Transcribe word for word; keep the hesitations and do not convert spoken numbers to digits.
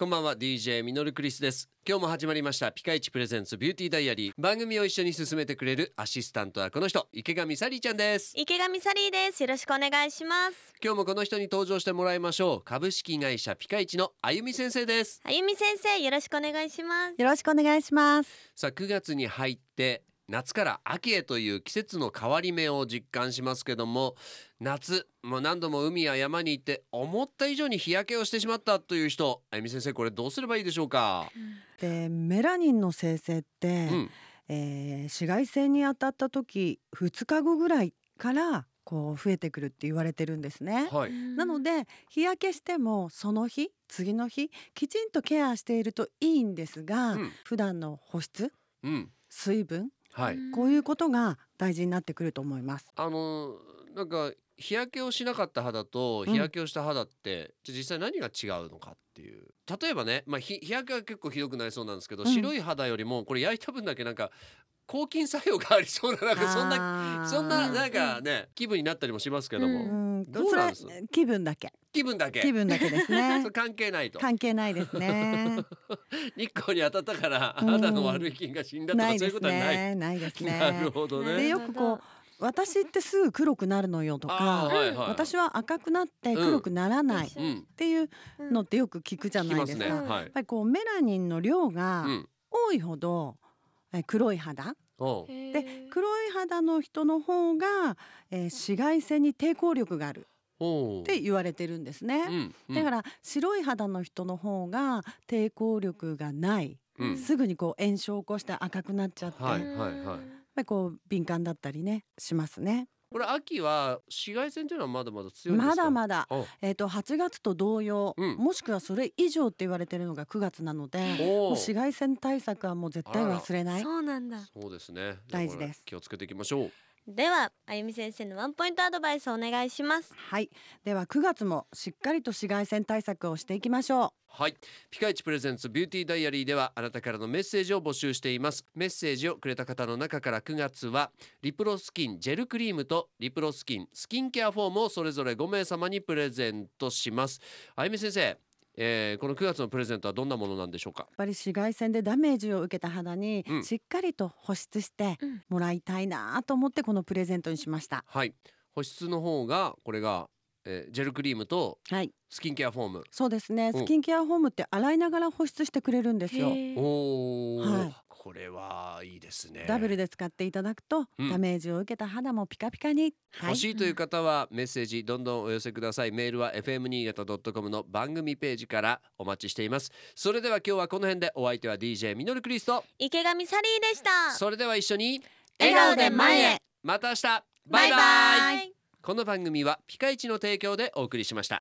こんばんは ディージェー ミノルクリスです。今日も始まりましたピカイチプレゼンツビューティーダイアリー。番組を一緒に進めてくれるアシスタントはこの人、池上サリーちゃんです。 池上サリーです。よろしくお願いします。 今日もこの人に登場してもらいましょう。株式会社ピカイチのあゆみ先生です。 あゆみ先生、よろしくお願いします。 よろしくお願いします。 さあくがつに入って夏から秋へという季節の変わり目を実感しますけども、夏もう何度も海や山に行って思った以上に日焼けをしてしまったという人、あゆみ先生これどうすればいいでしょうか？ でメラニンの生成って、 うんえー紫外線に当たった時ふつかごぐらいからこう増えてくるって言われてるんですね。 はいなので日焼けしてもその日次の日きちんとケアしているといいんですが、 うん普段の保湿うん水分はい、 こういうことが大事になってくると思います。 あのなんか日焼けをしなかった肌と日焼けをした肌って、じゃあ実際何が違うのかっていう。例えばね、まあ、日日焼けは結構ひどくなりそうなんですけど、 うん白い肌よりもこれ焼いた分だけなんか抗菌作用がありそうな、なんかそんなあーそんななんかね気分になったりもしますけども、 うんうんどうなんです？ それ気分だけ気分だけ気分だけですそねれ関係ないと。 関係ないですね日光に当たったからうん肌の悪い菌が死んだとか、そういうないですことはない。 ねないですなるねほどでね。 よくこう私ってすぐ黒くなるのよとあか、 ーはいはい、 私は赤くなって黒くならないっうんていうのってよく聞くじゃ聞きないですか。 ますね。 やっはい。 ぱりこうメラニンの量うがん。 多いほどえ黒い肌おうで黒い肌の人の方が、えー紫外線に抵抗力があるおうって言われてるんですね。 うんうん、 だから白い肌の人の方が抵抗力がない、 うんすぐにこう炎症を起こして赤くなっちゃって、 はいやっはいはい。 ぱりこう敏感だったりねしますね。 これ秋は紫外線というのはまだまだ強いんですか？ まだまだ、 おえー、とはちがつと同様、 うんもしくはそれ以上って言われてるのがくがつなので、 おもうー紫外線対策はもう絶対忘れないそうなんだ。 そうですね。 大事です。 気をつけていきましょう。 ではあゆみ先生のワンポイントアドバイスお願いします。 はい、ではくがつもしっかりと紫外線対策をしていきましょはい、ピカイチプレゼンツビューティーダイアリーではあなたからのメッセージを募集しています。メッセージをくれた方の中からくがつはリプロスキンジェルクリームとリプロスキンスキンケアフォームをそれぞれごめい様にプレゼントします。あゆみ先生、えー、このくがつのプレゼントはどんなものなんでしょうか？ う。やっぱり紫外線でダメージを受けた肌にうんしっかりと保湿してうんもらいたいなと思ってこのプレゼントにしました。 はい、保湿の方がこれが、えー、ジェルクリームとはい、 スキンケアフォーム。 そうですね、 うんスキンケアフォームって洗いながら保湿してくれるんですよ。 へーおー、 はいこれはいいですね。 ダブルで使っていただくと、 うんダメージを受けた肌もピカピカに、はい欲しいという方はメッセージどんどんお寄せください。メールは エフエム新潟 ドットコム の番組ページからお待ちしています。それでは今日はこの辺で、お相手は ディージェー ミノルクリスト。 池上サリーでした。 それでは一緒に笑顔で前へ。 また明日バイバイ。 バイバイ。 この番組はピカイチの提供でお送りしました。